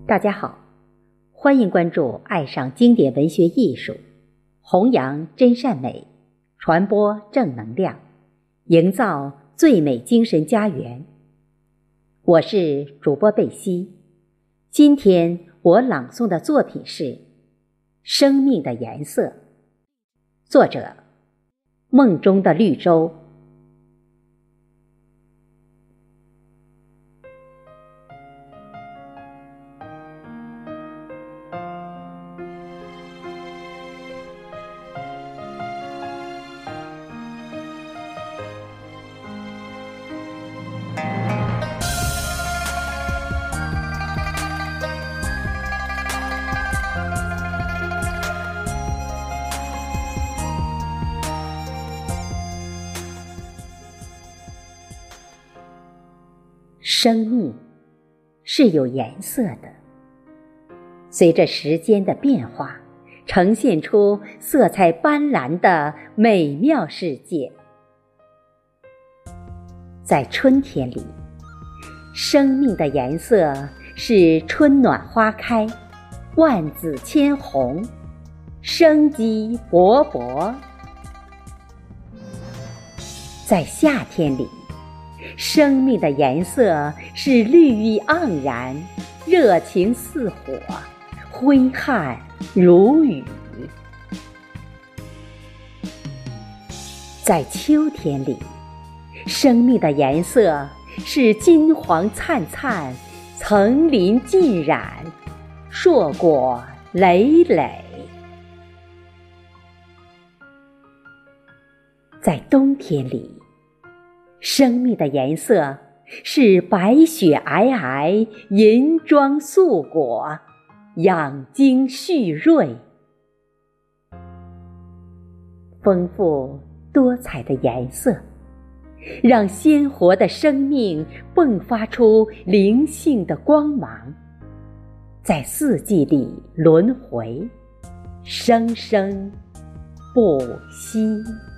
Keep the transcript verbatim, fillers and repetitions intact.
大家好，欢迎关注爱上经典文学艺术，弘扬真善美，传播正能量，营造最美精神家园。我是主播贝西，今天我朗诵的作品是《生命的颜色》，作者梦中的绿洲。生命是有颜色的，随着时间的变化，呈现出色彩斑斓的美妙世界。在春天里，生命的颜色是春暖花开，万紫千红，生机勃勃。在夏天里，生命的颜色是绿意盎然，热情似火，挥汗如雨。在秋天里，生命的颜色是金黄灿灿，层林尽染，硕果累累。在冬天里，生命的颜色是白雪皑皑，银装素裹，养精蓄锐。丰富多彩的颜色，让鲜活的生命迸发出灵性的光芒，在四季里轮回，生生不息。